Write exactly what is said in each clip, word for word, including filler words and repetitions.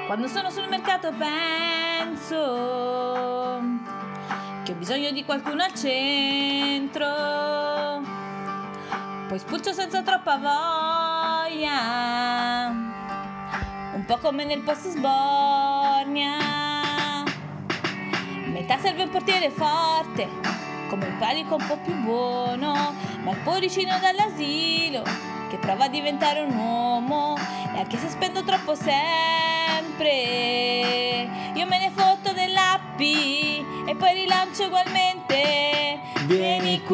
Quando sono sul mercato penso che ho bisogno di qualcuno al centro, poi spulcio senza troppa voglia, un po' come nel post sbornia. Metà serve un portiere forte, come il panico un po' più buono, ma il cuoricino dall'asilo che prova a diventare un uomo. E anche se spendo troppo sempre, io me ne fotto dell'appi e poi rilancio ugualmente. Vieni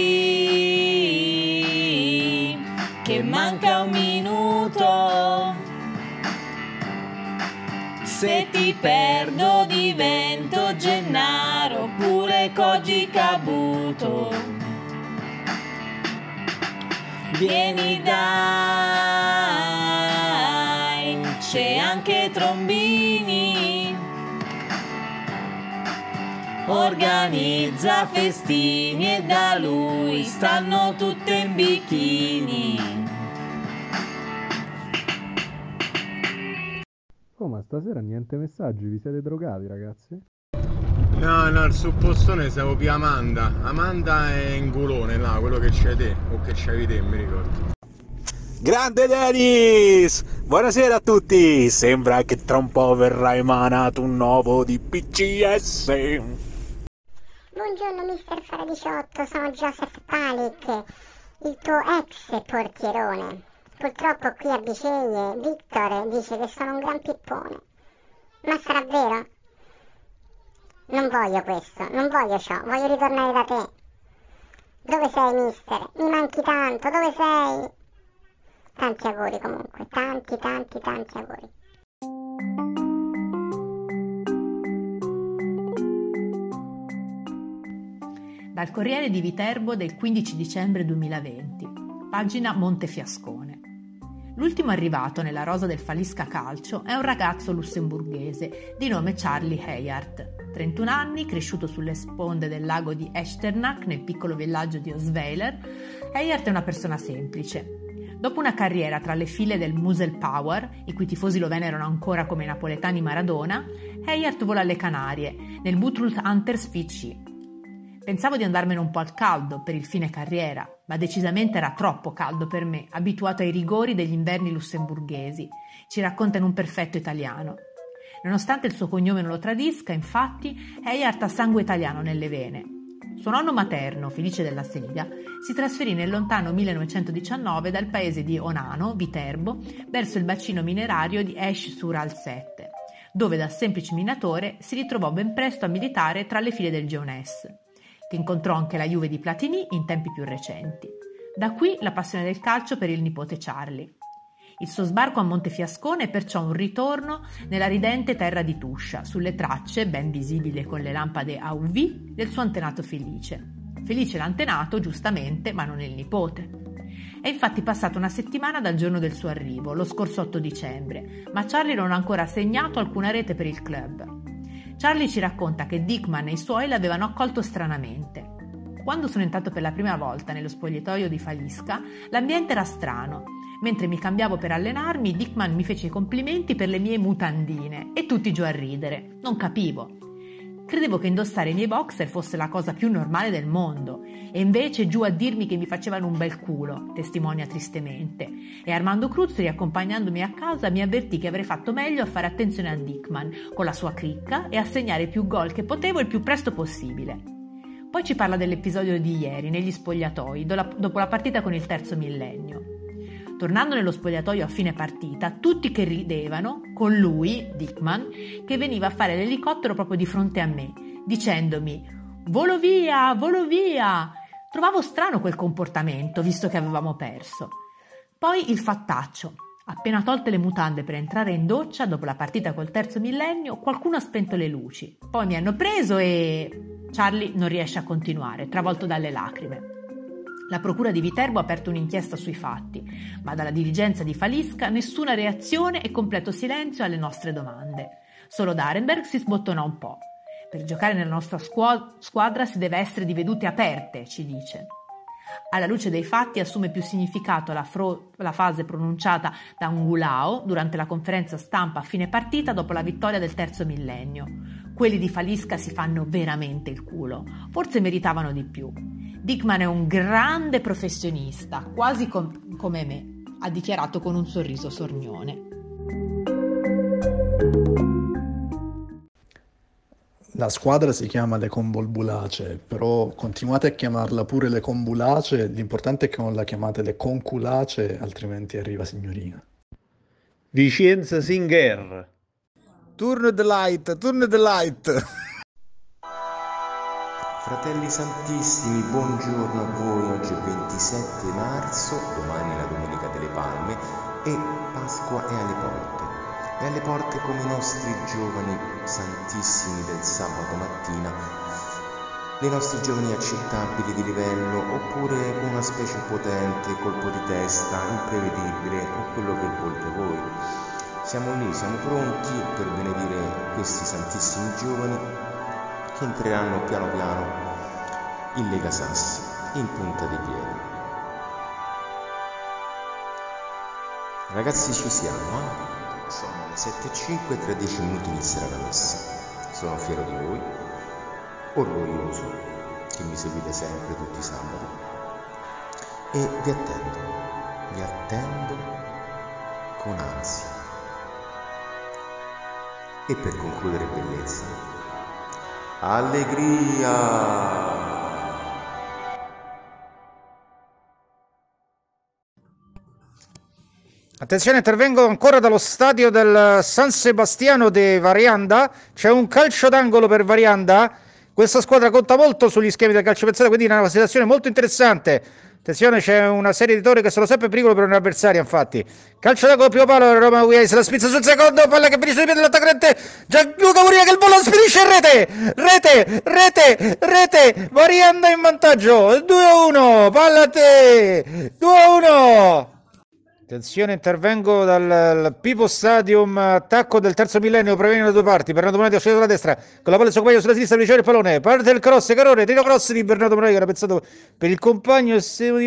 qui, che manca un minuto. Se ti perdo divento Gennaro oppure Koji Kabuto. Vieni dai, c'è anche Trombini. Organizza festini e da lui stanno tutte in bikini. Oh, ma stasera niente messaggi, vi siete drogati, ragazzi? No, no, il suppostone stavo più Amanda. Amanda è in culone là, quello che c'hai te, o che c'avevi te, mi ricordo. Grande Dennis! Buonasera a tutti! Sembra che tra un po' verrà emanato un nuovo D P C S. Buongiorno mister Fara diciotto, sono Joseph Palik, il tuo ex portierone. Purtroppo qui a Biceglie Victor dice che sono un gran pippone. Ma sarà vero? Non voglio questo, non voglio ciò, voglio ritornare da te. Dove sei mister? Mi manchi tanto, dove sei? Tanti auguri comunque, tanti tanti tanti auguri. Dal Corriere di Viterbo del quindici dicembre duemilaventi, pagina Montefiascone. L'ultimo arrivato nella rosa del Falisca Calcio è un ragazzo lussemburghese di nome Charlie Heyart, trentuno anni, cresciuto sulle sponde del lago di Echternach nel piccolo villaggio di Osweiler. Heyart è una persona semplice. Dopo una carriera tra le file del Musel Power, i cui tifosi lo venerano ancora come napoletani Maradona, Heyart vola alle Canarie, nel Boothroot Hunters F C. Pensavo di andarmene un po' al caldo per il fine carriera, ma decisamente era troppo caldo per me, abituato ai rigori degli inverni lussemburghesi, ci racconta in un perfetto italiano. Nonostante il suo cognome non lo tradisca, infatti, Heyart ha sangue italiano nelle vene. Suo nonno materno, Felice della Sega, si trasferì nel lontano millenovecentodiciannove dal paese di Onano, Viterbo, verso il bacino minerario di Esch-sur-Alzette, dove da semplice minatore si ritrovò ben presto a militare tra le file del Jeunesse, che incontrò anche la Juve di Platini in tempi più recenti. Da qui la passione del calcio per il nipote Charlie. Il suo sbarco a Montefiascone è perciò un ritorno nella ridente terra di Tuscia, sulle tracce, ben visibili con le lampade a U V, del suo antenato Felice. Felice l'antenato, giustamente, ma non il nipote. È infatti passata una settimana dal giorno del suo arrivo, lo scorso otto dicembre, ma Charlie non ha ancora segnato alcuna rete per il club. Charlie ci racconta che Dickman e i suoi l'avevano accolto stranamente. Quando sono entrato per la prima volta nello spogliatoio di Falisca, l'ambiente era strano. Mentre mi cambiavo per allenarmi, Dickman mi fece i complimenti per le mie mutandine e tutti giù a ridere. Non capivo. Credevo che indossare i miei boxer fosse la cosa più normale del mondo, e invece giù a dirmi che mi facevano un bel culo, testimonia tristemente. E Armando Cruz, riaccompagnandomi a casa, mi avvertì che avrei fatto meglio a fare attenzione a Dickman, con la sua cricca, e a segnare più gol che potevo il più presto possibile. Poi ci parla dell'episodio di ieri, negli spogliatoi, dopo la partita con il terzo millennio. Tornando nello spogliatoio a fine partita, tutti che ridevano, con lui, Dickman, che veniva a fare l'elicottero proprio di fronte a me, dicendomi «Volo via, volo via!». Trovavo strano quel comportamento, visto che avevamo perso. Poi il fattaccio. Appena tolte le mutande per entrare in doccia, dopo la partita col terzo millennio, qualcuno ha spento le luci. Poi mi hanno preso e... Charlie non riesce a continuare, travolto dalle lacrime. La procura di Viterbo ha aperto un'inchiesta sui fatti, ma dalla dirigenza di Falisca nessuna reazione e completo silenzio alle nostre domande. Solo Darenberg si sbottonò un po'. Per giocare nella nostra squadra si deve essere di vedute aperte, ci dice. Alla luce dei fatti assume più significato la, fro- la frase pronunciata da Ngulao durante la conferenza stampa a fine partita dopo la vittoria del terzo millennio. Quelli di Falisca si fanno veramente il culo, forse meritavano di più. Dickman è un grande professionista, quasi com- come me, ha dichiarato con un sorriso sornione. La squadra si chiama le Convolvulacee, però continuate a chiamarla pure le Convulacee, l'importante è che non la chiamate le Conculacee, altrimenti arriva signorina. Vicenza Singer. Turno the light, turno the light. Fratelli santissimi, buongiorno a voi. Oggi è ventisette marzo, domani è la Domenica delle Palme e Pasqua è alle porte. E alle porte come i nostri giovani santissimi del sabato mattina, dei nostri giovani accettabili di livello, oppure una specie potente, colpo di testa, imprevedibile, o quello che volete voi. Siamo lì, siamo pronti per benedire questi santissimi giovani che entreranno piano piano in Lega Sassi, in punta dei piedi. Ragazzi, ci siamo, eh? Sono le sette e cinque e tra dieci minuti inizierà la messa. Sono fiero di voi, orgoglioso che mi seguite sempre tutti i sabati e vi attendo, vi attendo con ansia. E per concludere bellezza, allegria! Attenzione, intervengo ancora dallo stadio del San Sebastiano de Varianda. C'è un calcio d'angolo per Varianda. Questa squadra conta molto sugli schemi del calcio piazzato, quindi è una situazione molto interessante. Attenzione, c'è una serie di tori che sono sempre pericolo per un avversario, infatti. Calcio d'angolo, primo palo, Roma Uies, la spizza sul secondo, palla che finisce sui piedi dell'attaccante Gianluca Murina che il volo spedisce in rete, rete, rete, rete, Varianda in vantaggio, due a uno, palla a te, due a uno. Attenzione, intervengo dal Pipo Stadium, attacco del terzo millennio, prevengono le due parti, Bernardo Monati scende sulla destra, con la palla del suo compagno sulla sinistra, riceve il pallone, parte il cross, Carone, tiro cross di Bernardo Monati che era pensato per il compagno,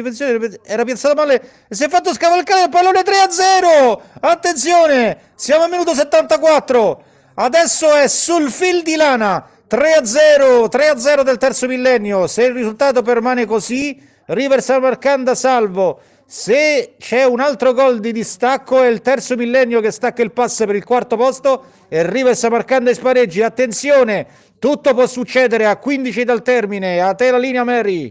era piazzato male e si è fatto scavalcare il pallone. Tre a zero, attenzione, siamo al minuto settantaquattro, adesso è sul fil di lana, tre a zero, tre a zero del terzo millennio. Se il risultato permane così, River Samarcanda salvo. Se c'è un altro gol di distacco è il terzo millennio che stacca il pass per il quarto posto e River Samarcanda in spareggi. Attenzione, tutto può succedere a quindici dal termine. A te la linea, Mary.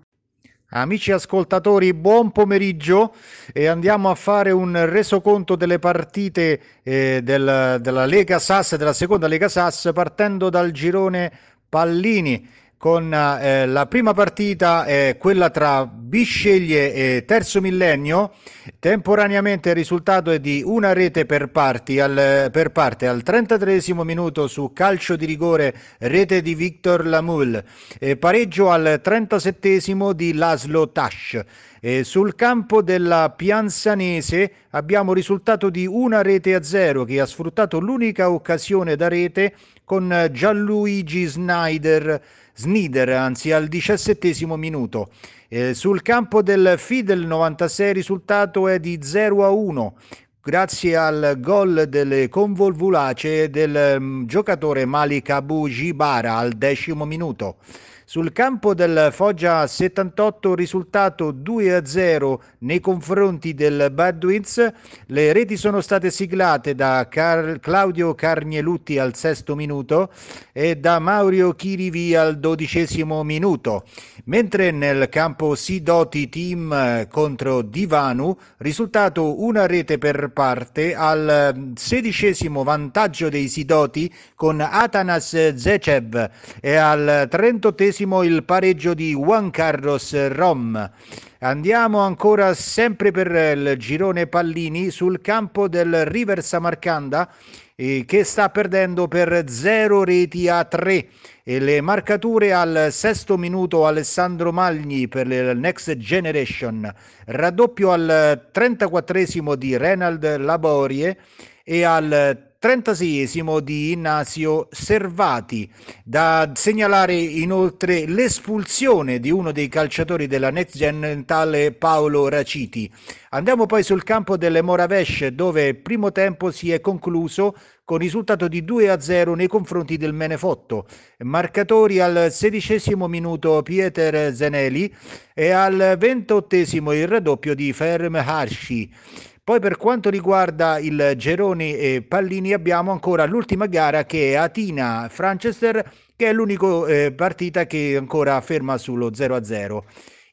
Amici ascoltatori, buon pomeriggio e andiamo a fare un resoconto delle partite eh, del, della Lega Sass, della seconda Lega Sass, partendo dal girone Pallini. Con eh, la prima partita, eh, quella tra Bisceglie e Terzo Millennio, temporaneamente il risultato è di una rete per, parti al, per parte al trentatreesimo minuto su calcio di rigore, rete di Victor Lamoule, e pareggio al trentasettesimo di Laszlo Tash. E sul campo della Pianzanese abbiamo risultato di una rete a zero che ha sfruttato l'unica occasione da rete con Gianluigi Snyder, Snider, anzi al diciassettesimo minuto. Eh, sul campo del Fidel novantasei il risultato è di zero a uno grazie al gol delle Convolvulacee del um, giocatore Malik Abu Jibara al decimo minuto. Sul campo del Foggia settantotto risultato due a zero nei confronti del Badwins. Le reti sono state siglate da Car- Claudio Carnielutti al sesto minuto e da Maurio Chirivi al dodicesimo minuto. Mentre nel campo Sidoti Team contro Divanu, risultato una rete per parte al sedicesimo vantaggio dei Sidoti con Atanas Zecev e al trentottesimo il pareggio di Juan Carlos Rom. Andiamo ancora sempre per il girone Pallini sul campo del River Samarcanda eh, che sta perdendo per zero reti a tre. E le marcature al sesto minuto Alessandro Magni per il Next Generation, raddoppio al trentaquattresimo di Renald Laborie e al trentaseiesimo di Innasio Servati. Da segnalare inoltre l'espulsione di uno dei calciatori della Next Gen, tale Paolo Raciti. Andiamo poi sul campo delle Moravesh, dove il primo tempo si è concluso con risultato di due a zero nei confronti del Menefotto. Marcatori: al sedicesimo minuto Pieter Zeneli e al ventottesimo il raddoppio di Ferm Harsci. Poi per quanto riguarda il Geroni e Pallini abbiamo ancora l'ultima gara, che è Atina-Franchester, che è l'unica eh, partita che ancora ferma sullo zero a zero.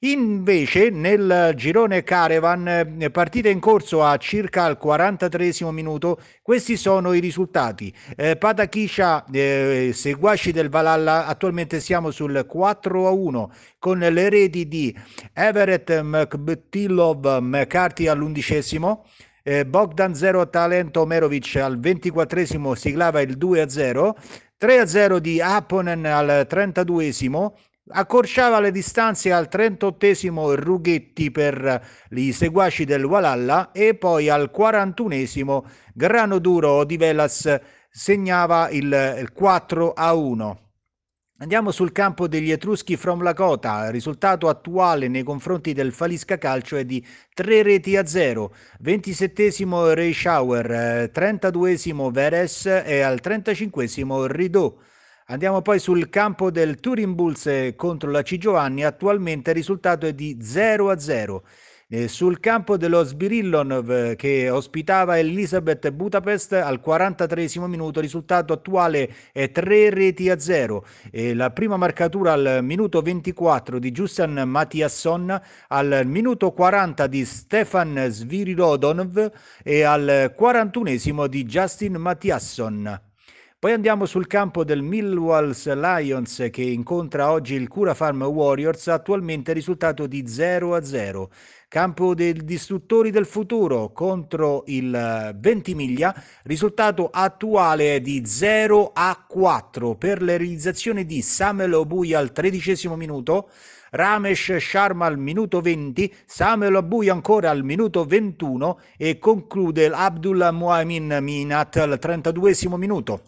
Invece nel girone Caravan, partita in corso a circa al quarantatreesimo minuto, questi sono i risultati. eh, Patakisha, eh, Seguaci del Valhalla, attualmente siamo sul quattro a uno con le reti di Everett Mkbtilov McCarthy all'undicesimo, eh, Bogdan Zero Talento Omerovic al ventiquattresimo siglava il due a zero, tre a zero di Apponen al trentaduesimo, accorciava le distanze al trentottesimo Rughetti per i seguaci del Valhalla, e poi al quarantunesimo Grano Duro di Velas segnava il quattro a uno. Andiamo sul campo degli Etruschi From Lakota. Il risultato attuale nei confronti del Falisca Calcio è di tre reti a zero. ventisettesimo Reischauer, trentaduesimo Veres e al trentacinquesimo Rideau. Andiamo poi sul campo del Turin Bulls contro la C. Giovanni, attualmente il risultato è di zero a zero. Eh, sul campo dello Sbirillonov, che ospitava Elizabeth Budapest, al quarantatreesimo minuto, risultato attuale è tre reti a zero. Eh, la prima marcatura al minuto ventiquattro di Justin Mattiasson, al minuto quaranta di Stefan Svirilodonov e al quarantunesimo di Justin Mattiasson. Poi andiamo sul campo del Millwall Lions, che incontra oggi il Cura Farm Warriors, attualmente risultato di zero a zero. Campo dei Distruttori del Futuro contro il Ventimiglia, risultato attuale è di zero a quattro per le realizzazioni di Samuel Obuya al tredicesimo minuto, Ramesh Sharma al minuto venti, Samuel Obuya ancora al minuto ventuno e conclude Abdullah Muamin Minat al trentaduesimo minuto.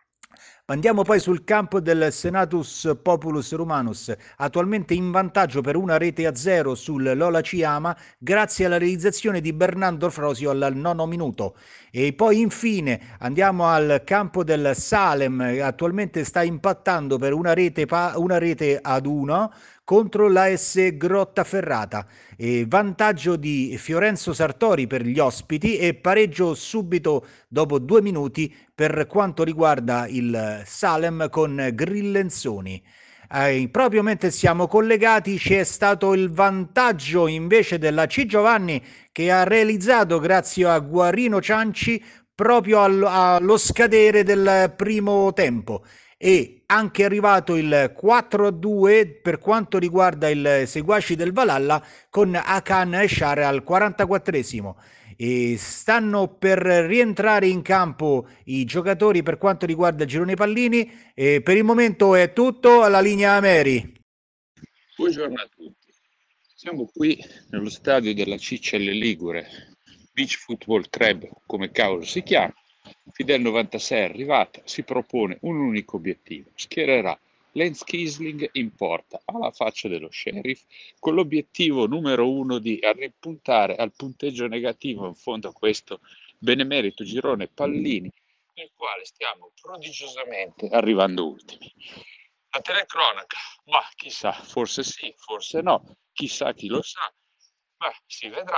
Andiamo poi sul campo del Senatus Populus Romanus, attualmente in vantaggio per una rete a zero sul Lola Ciama grazie alla realizzazione di Bernardo Frosio al nono minuto. E poi infine andiamo al campo del Salem, attualmente sta impattando per una rete, pa- una rete ad uno contro l'A S Grottaferrata. E vantaggio di Fiorenzo Sartori per gli ospiti e pareggio subito dopo due minuti per quanto riguarda il Salem con Grillenzoni. Eh, proprio mentre siamo collegati c'è stato il vantaggio invece della C. Giovanni, che ha realizzato grazie a Guarino Cianci proprio allo, allo scadere del primo tempo. E anche arrivato il quattro a due per quanto riguarda il Seguaci del Valhalla con Hakan Eshar al quarantaquattresimo. E stanno per rientrare in campo i giocatori per quanto riguarda il girone Pallini. E per il momento è tutto, alla linea Mary. Buongiorno a tutti, siamo qui nello stadio della C C L Ligure, Beach Football Club come cavolo si chiama. Fidel novantasei è arrivata, si propone un unico obiettivo: schiererà Lance Kisling in porta alla faccia dello Sheriff, con l'obiettivo numero uno di ripuntare al punteggio negativo in fondo a questo benemerito girone Pallini, nel quale stiamo prodigiosamente arrivando ultimi. La telecronaca, ma chissà, forse sì, forse no, chissà chi lo sa, ma si vedrà.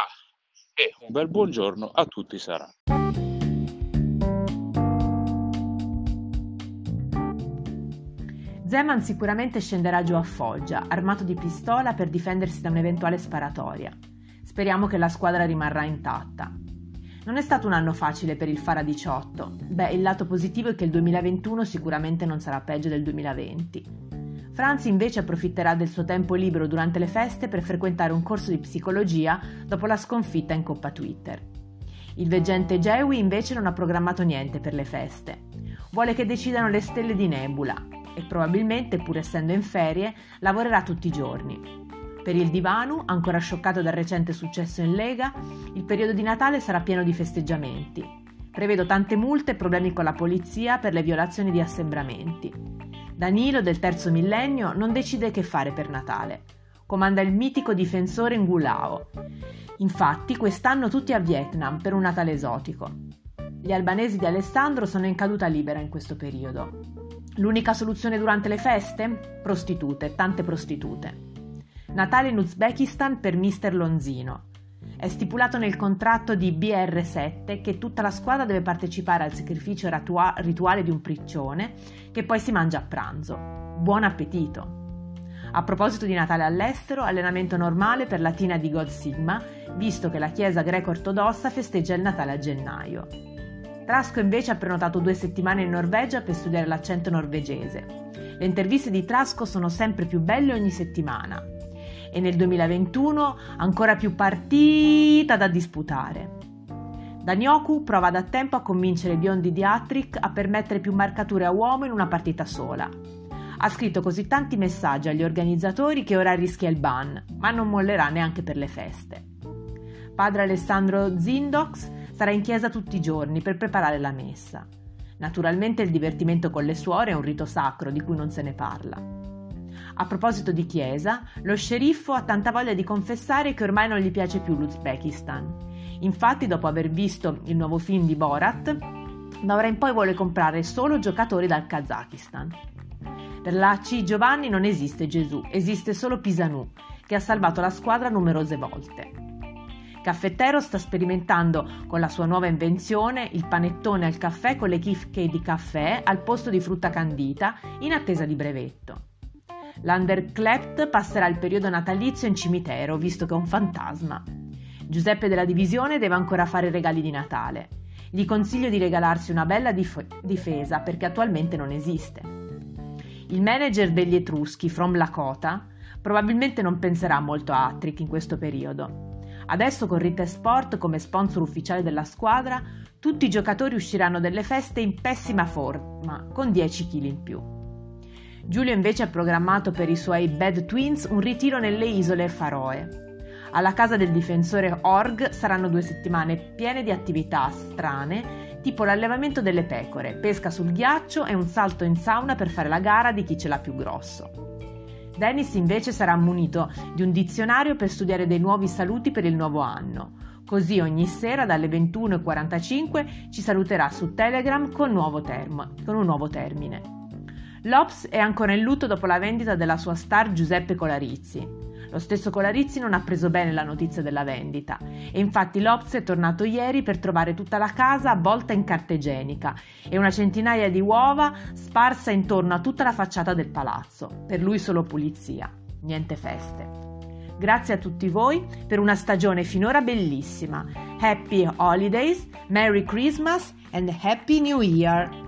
E un bel buongiorno a tutti sarà. Zeman sicuramente scenderà giù a Foggia, armato di pistola per difendersi da un'eventuale sparatoria. Speriamo che la squadra rimarrà intatta. Non è stato un anno facile per il Fara diciotto. Beh, il lato positivo è che il duemilaventuno sicuramente non sarà peggio del duemilaventi. Franz invece approfitterà del suo tempo libero durante le feste per frequentare un corso di psicologia dopo la sconfitta in Coppa Twitter. Il veggente Jewi invece non ha programmato niente per le feste. Vuole che decidano le stelle di Nebula e probabilmente, pur essendo in ferie, lavorerà tutti i giorni. Per il Divanu, ancora scioccato dal recente successo in Lega, il periodo di Natale sarà pieno di festeggiamenti. Prevedo tante multe e problemi con la polizia per le violazioni di assembramenti. Danilo, del terzo millennio, non decide che fare per Natale. Comanda il mitico difensore Ngulao. Infatti, quest'anno tutti a Vietnam per un Natale esotico. Gli albanesi di Alessandro sono in caduta libera in questo periodo. L'unica soluzione durante le feste? Prostitute, tante prostitute. Natale in Uzbekistan per mister Lonzino. È stipulato nel contratto di B R sette che tutta la squadra deve partecipare al sacrificio ratua- rituale di un priccione che poi si mangia a pranzo. Buon appetito! A proposito di Natale all'estero, allenamento normale per la Tina di God Sigma, visto che la chiesa greco-ortodossa festeggia il Natale a gennaio. Trasco invece ha prenotato due settimane in Norvegia per studiare l'accento norvegese. Le interviste di Trasco sono sempre più belle ogni settimana. E nel duemilaventuno ancora più partita da disputare. Danioku prova da tempo a convincere i biondi di Attrick a permettere più marcature a uomo in una partita sola. Ha scritto così tanti messaggi agli organizzatori che ora rischia il ban, ma non mollerà neanche per le feste. Padre Alessandro Zindox sarà in chiesa tutti i giorni per preparare la messa. Naturalmente il divertimento con le suore è un rito sacro di cui non se ne parla. A proposito di chiesa, lo sceriffo ha tanta voglia di confessare che ormai non gli piace più l'Uzbekistan. Infatti, dopo aver visto il nuovo film di Borat, da ora in poi vuole comprare solo giocatori dal Kazakistan. Per la C. Giovanni non esiste Gesù, esiste solo Pisanu, che ha salvato la squadra numerose volte. Caffettero sta sperimentando con la sua nuova invenzione il panettone al caffè con le chicche di caffè al posto di frutta candita in attesa di brevetto. L'Underklept passerà il periodo natalizio in cimitero, visto che è un fantasma. Giuseppe della Divisione deve ancora fare regali di Natale. Gli consiglio di regalarsi una bella dif- difesa, perché attualmente non esiste. Il manager degli Etruschi, From Lakota, probabilmente non penserà molto a Attrick in questo periodo. Adesso con Rite Sport come sponsor ufficiale della squadra, tutti i giocatori usciranno dalle feste in pessima forma, con dieci chili in più. Giulio invece ha programmato per i suoi Bad Twins un ritiro nelle isole Faroe. Alla casa del difensore Org saranno due settimane piene di attività strane, tipo l'allevamento delle pecore, pesca sul ghiaccio e un salto in sauna per fare la gara di chi ce l'ha più grosso. Dennis invece sarà munito di un dizionario per studiare dei nuovi saluti per il nuovo anno. Così ogni sera dalle ventuno e quarantacinque ci saluterà su Telegram con, nuovo term- con un nuovo termine. L'Ops è ancora in lutto dopo la vendita della sua star Giuseppe Colarizzi. Lo stesso Colarizzi non ha preso bene la notizia della vendita e infatti l'Ops è tornato ieri per trovare tutta la casa avvolta in carta igienica e una centinaia di uova sparsa intorno a tutta la facciata del palazzo. Per lui solo pulizia, niente feste. Grazie a tutti voi per una stagione finora bellissima. Happy Holidays, Merry Christmas and Happy New Year!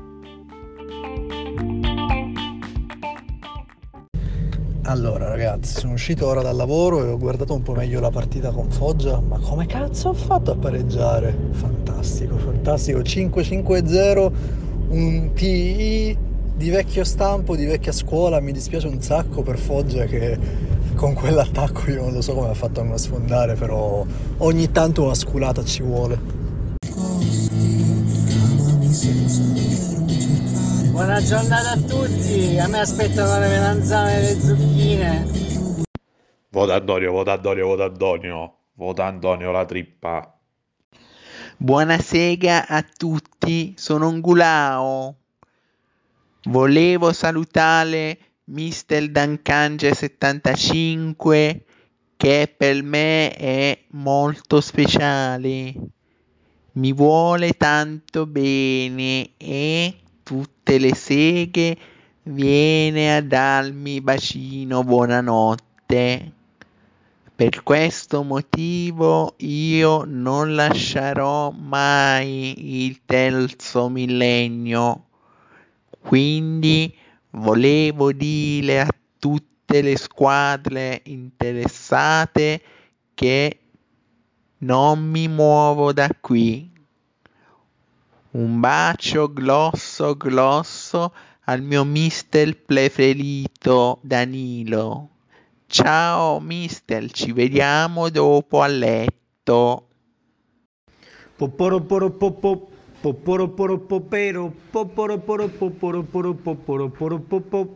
Allora ragazzi, sono uscito ora dal lavoro e ho guardato un po' meglio la partita con Foggia, ma come cazzo ho fatto a pareggiare? Fantastico, fantastico, cinque cinque zero, un T I di vecchio stampo, di vecchia scuola. Mi dispiace un sacco per Foggia che con quell'attacco io non lo so come ha fatto a non sfondare, però ogni tanto una sculata ci vuole. Buona giornata a tutti, a me aspettano le melanzane e le zucchine. Vota Antonio, vota Antonio, vota Antonio, vota Antonio la trippa. Buonasera a tutti, sono Ngulao. Volevo salutare mister Dankange settantacinque che per me è molto speciale. Mi vuole tanto bene e tutte le sere viene a darmi bacino buonanotte. Per questo motivo io non lascerò mai il terzo millennio. Quindi volevo dire a tutte le squadre interessate che non mi muovo da qui. Un bacio grosso grosso al mio mister preferito Danilo. Ciao mister, ci vediamo dopo a letto. Poporo Poporo-poro-popero, poporo-poro-poporo-poporo-poporo-poporo.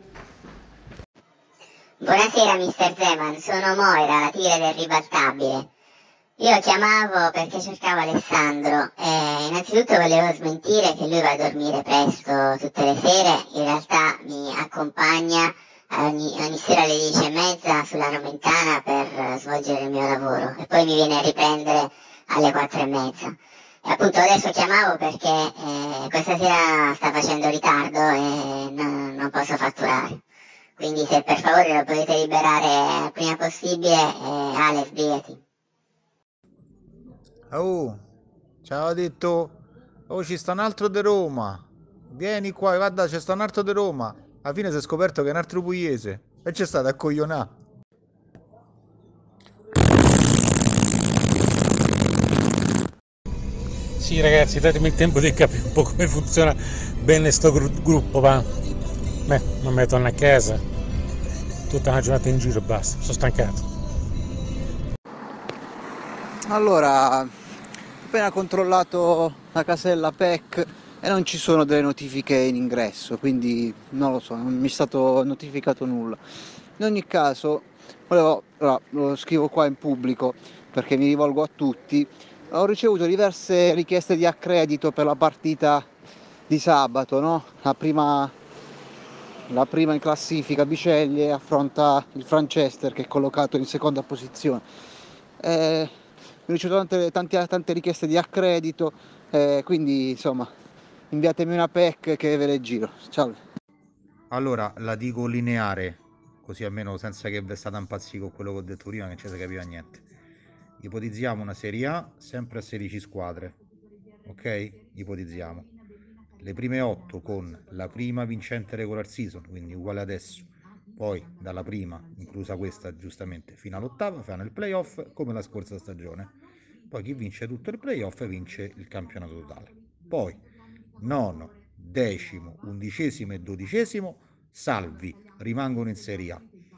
Buonasera mister Zeman, sono Moira, la tigre del ribaltabile. Io chiamavo perché cercavo Alessandro e innanzitutto volevo smentire che lui va a dormire presto tutte le sere, in realtà mi accompagna ogni, ogni sera alle dieci e mezza sulla Nomentana per svolgere il mio lavoro e poi mi viene a riprendere alle quattro e mezza. E appunto adesso chiamavo perché eh, questa sera sta facendo ritardo e non, non posso fatturare. Quindi se per favore lo potete liberare il prima possibile, eh, Ale, sbrigati. Oh, ciao detto. Oh, ci sta un altro di Roma. Vieni qua, guarda, c'è sta un altro di Roma. Alla fine si è scoperto che è un altro pugliese. E c'è stato a coglionà. Sì ragazzi, datemi il tempo di capire un po' come funziona bene sto gru- gruppo, va. Beh, non me torno a casa. Tutta una giornata in giro e basta, sono stancato. Allora, ho appena controllato la casella P E C e non ci sono delle notifiche in ingresso, quindi non lo so, non mi è stato notificato nulla. In ogni caso, volevo, allora, lo scrivo qua in pubblico perché mi rivolgo a tutti. Ho ricevuto diverse richieste di accredito per la partita di sabato, no? La prima, la prima in classifica, Biceglie, affronta il Franchester che è collocato in seconda posizione. Eh, ho ricevuto tante, tante, tante richieste di accredito, eh, quindi insomma inviatemi una P E C che ve le giro. Ciao. Allora, la dico lineare, così almeno senza che vi state impazziti con quello che ho detto prima, che non ci si capiva niente. Ipotizziamo una Serie A sempre a sedici squadre, ok? Ipotizziamo le prime otto con la prima vincente regular season, quindi uguale adesso, poi dalla prima, inclusa questa giustamente, fino all'ottava fanno il playoff come la scorsa stagione, poi chi vince tutto il playoff vince il campionato totale, poi nono, decimo, undicesimo e dodicesimo salvi, rimangono in Serie A,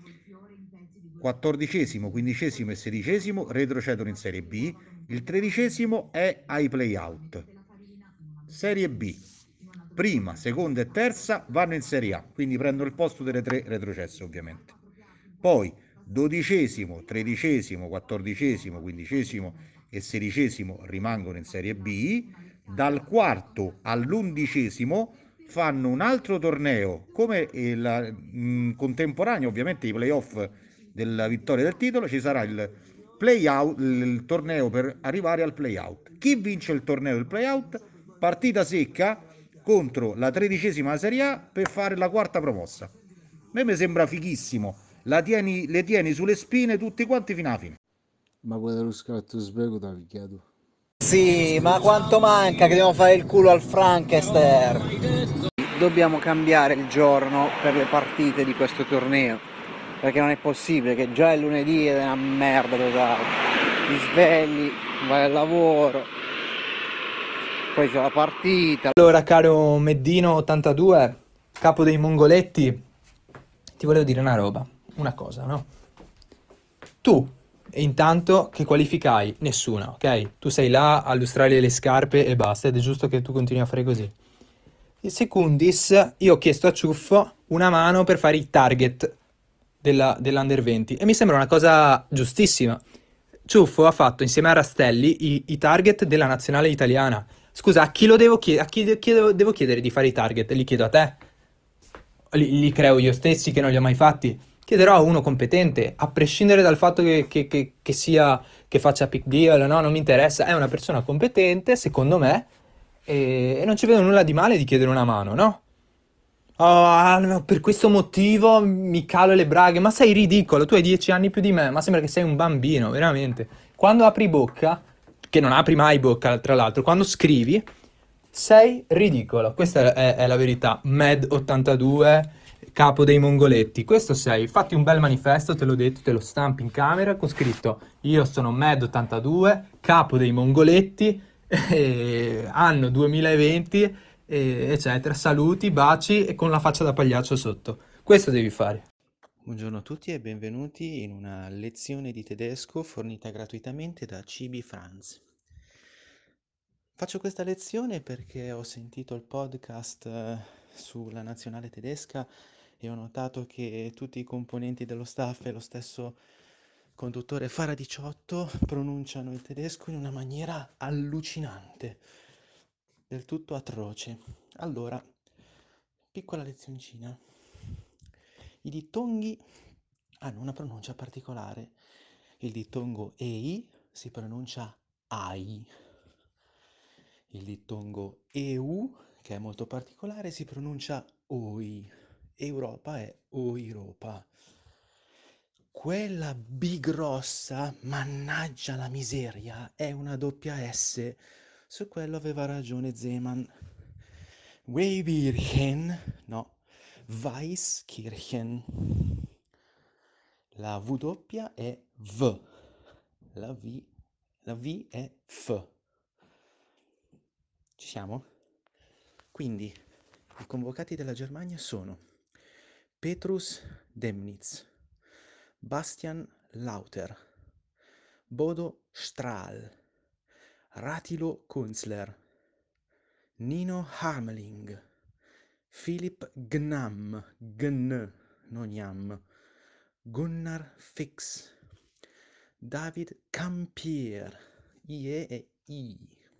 quattordicesimo, quindicesimo e sedicesimo retrocedono in Serie B, il tredicesimo è ai playout. Serie B, prima, seconda e terza vanno in Serie A, quindi prendono il posto delle tre retrocesse ovviamente. Poi dodicesimo, tredicesimo, quattordicesimo, quindicesimo e sedicesimo rimangono in Serie B, dal quarto all'undicesimo fanno un altro torneo come il mh, contemporaneo ovviamente i playoff della vittoria del titolo, ci sarà il playout, il torneo per arrivare al playout. Chi vince il torneo del playout? Partita secca contro la tredicesima Serie A per fare la quarta promossa. A me mi sembra fighissimo, la tieni, le tieni sulle spine tutti quanti fino alla fine. Ma quello dello scatto svego da chiedo. Sì, ma quanto manca che dobbiamo fare il culo al Franchester? Dobbiamo cambiare il giorno per le partite di questo torneo, perché non è possibile che già è lunedì ed è una merda totale. Ti svegli, vai al lavoro, poi c'è la partita. Allora, caro Meddino ottantadue, capo dei mongoletti, ti volevo dire una roba, una cosa, no? Tu, intanto, che qualifica hai? Nessuna, ok? Tu sei là a lustrare le scarpe e basta, ed è giusto che tu continui a fare così. E secundis, io ho chiesto a Ciuffo una mano per fare i target della, dell'Under venti, e mi sembra una cosa giustissima. Ciuffo ha fatto, insieme a Rastelli, i, i target della nazionale italiana. Scusa, a chi lo devo chiedere? A chi de- chiedo- devo chiedere di fare i target? Li chiedo a te? Li, li creo io stessi che non li ho mai fatti? Chiederò a uno competente, a prescindere dal fatto che, che, che, che sia, che faccia pick deal, no? Non mi interessa, è una persona competente, secondo me, e, e non ci vedo nulla di male di chiedere una mano, no? Oh, per questo motivo mi calo le braghe, ma sei ridicolo, tu hai dieci anni più di me, ma sembra che sei un bambino, veramente. Quando apri bocca, che non apri mai bocca, tra l'altro, quando scrivi, sei ridicolo, questa è, è la verità. Med ottantadue, capo dei mongoletti, questo sei. Fatti un bel manifesto, te l'ho detto, te lo stampi in camera con scritto: io sono Med ottantadue, capo dei mongoletti, eh, anno duemilaventi, eh, eccetera, saluti, baci e con la faccia da pagliaccio sotto. Questo devi fare. Buongiorno a tutti e benvenuti in una lezione di tedesco fornita gratuitamente da C B Franz. Faccio questa lezione perché ho sentito il podcast eh, sulla nazionale tedesca e ho notato che tutti i componenti dello staff e lo stesso conduttore Fara diciotto pronunciano il tedesco in una maniera allucinante, del tutto atroce. Allora, piccola lezioncina. I dittonghi hanno una pronuncia particolare. Il dittongo ei si pronuncia ai. Il dittongo eu, che è molto particolare, si pronuncia oi. Europa è oiropa. Quella B grossa, mannaggia la miseria, è una doppia S. Su quello aveva ragione Zeman. Weibirchen, no, Weißkirchen. La V doppia è V. La V, la V è F. Ci siamo? Quindi, i convocati della Germania sono Petrus Demnitz, Bastian Lauter, Bodo Strahl, Ratilo Kunzler, Nino Harmeling, Philipp Gnam, Gn, non Jam, Gunnar Fix, David Campier, I E e I,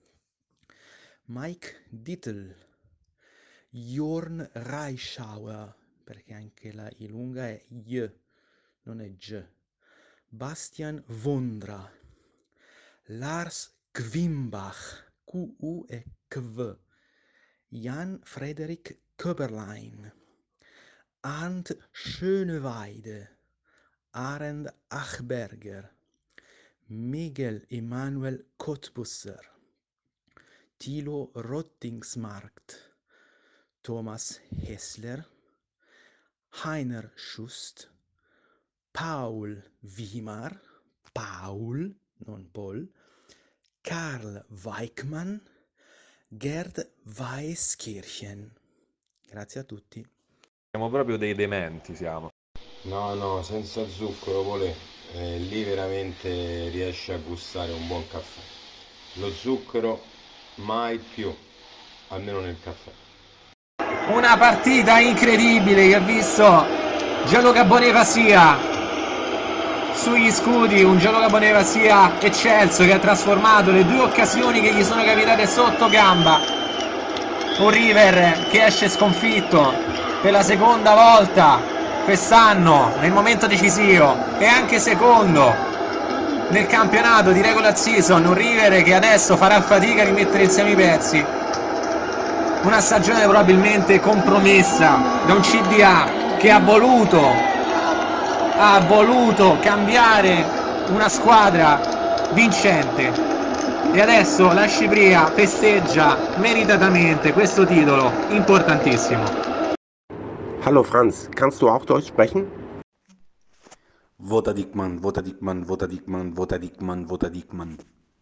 Mike Dittel, Jorn Reischauer, perché anche la I lunga è J, non è G, Bastian Vondra, Lars Quimbach, Q U e Kv, Jan Frederik Köberlein, Arndt Schöneweide, Arend Achberger, Miguel Emanuel Kottbusser, Thilo Rottingsmarkt, Thomas Hessler, Heiner Schust, Paul Wimar, Paul, non Paul, Karl Weichmann, Gerd Weißkirchen. Grazie a tutti. Siamo proprio dei dementi, siamo. No, no, senza zucchero, volè. Eh, lì veramente riesci a gustare un buon caffè. Lo zucchero mai più, almeno nel caffè. Una partita incredibile che ha visto Gianluca Bonifacia sugli scudi, un Gianluca Bonifacia eccelso che ha trasformato le due occasioni che gli sono capitate sotto gamba. Un River che esce sconfitto per la seconda volta quest'anno nel momento decisivo e anche secondo nel campionato di regular season. Un River che adesso farà fatica a rimettere insieme i pezzi. Una stagione probabilmente compromessa da un C D A che ha voluto ha voluto cambiare una squadra vincente e adesso la Scipria festeggia meritatamente questo titolo importantissimo. Hallo Franz, kannst du auch Deutsch sprechen? Vota Dickmann, vota Dickmann, vota Dickmann, vota Dickmann, vota Dickmann.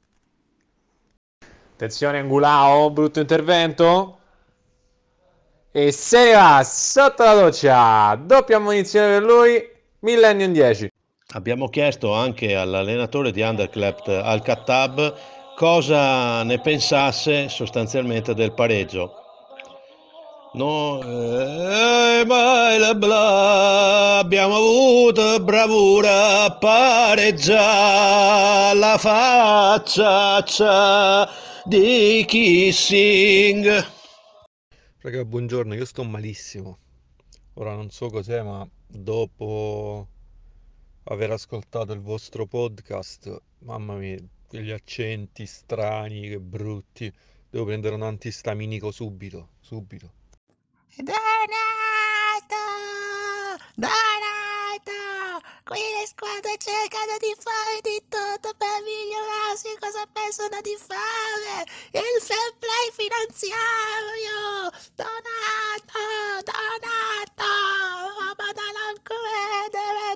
Attenzione Angulao, brutto intervento. E se ne va sotto la doccia. Doppia ammonizione per lui. Millennium dieci. Abbiamo chiesto anche all'allenatore di Anderlecht Al-Khattab cosa ne pensasse sostanzialmente del pareggio. No, eh, ma la bla, abbiamo avuto bravura a pareggiare la faccia di Kissing. Raga, buongiorno, io sto malissimo. Ora non so cos'è, ma dopo aver ascoltato il vostro podcast, mamma mia, quegli accenti strani, che brutti. Devo prendere un antistaminico subito, subito. Donato! Donato! Qui le squadre cercano di fare di tutto per migliorarsi, cosa pensano di fare? Il fair play finanziario! Donato! Donato! Ma non credere,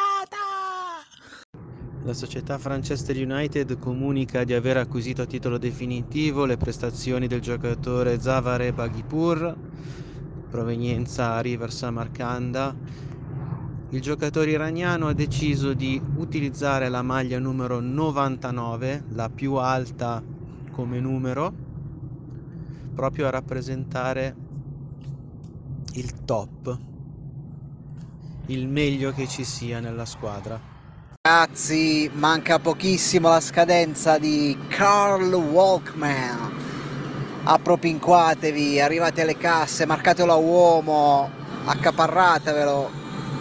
Donato! La società Manchester United comunica di aver acquisito a titolo definitivo le prestazioni del giocatore Zavare Baghipur, provenienza River Samarcanda. Il giocatore iraniano ha deciso di utilizzare la maglia numero novantanove, la più alta come numero, proprio a rappresentare il top, il meglio che ci sia nella squadra. Ragazzi, manca pochissimo la scadenza di Carl Walkman. Appropinquatevi, arrivate alle casse, marcatelo a uomo, accaparratevelo.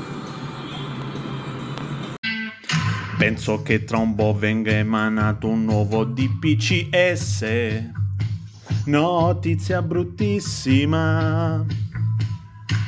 Penso che tra un po' venga emanato un nuovo D P C S. Notizia bruttissima.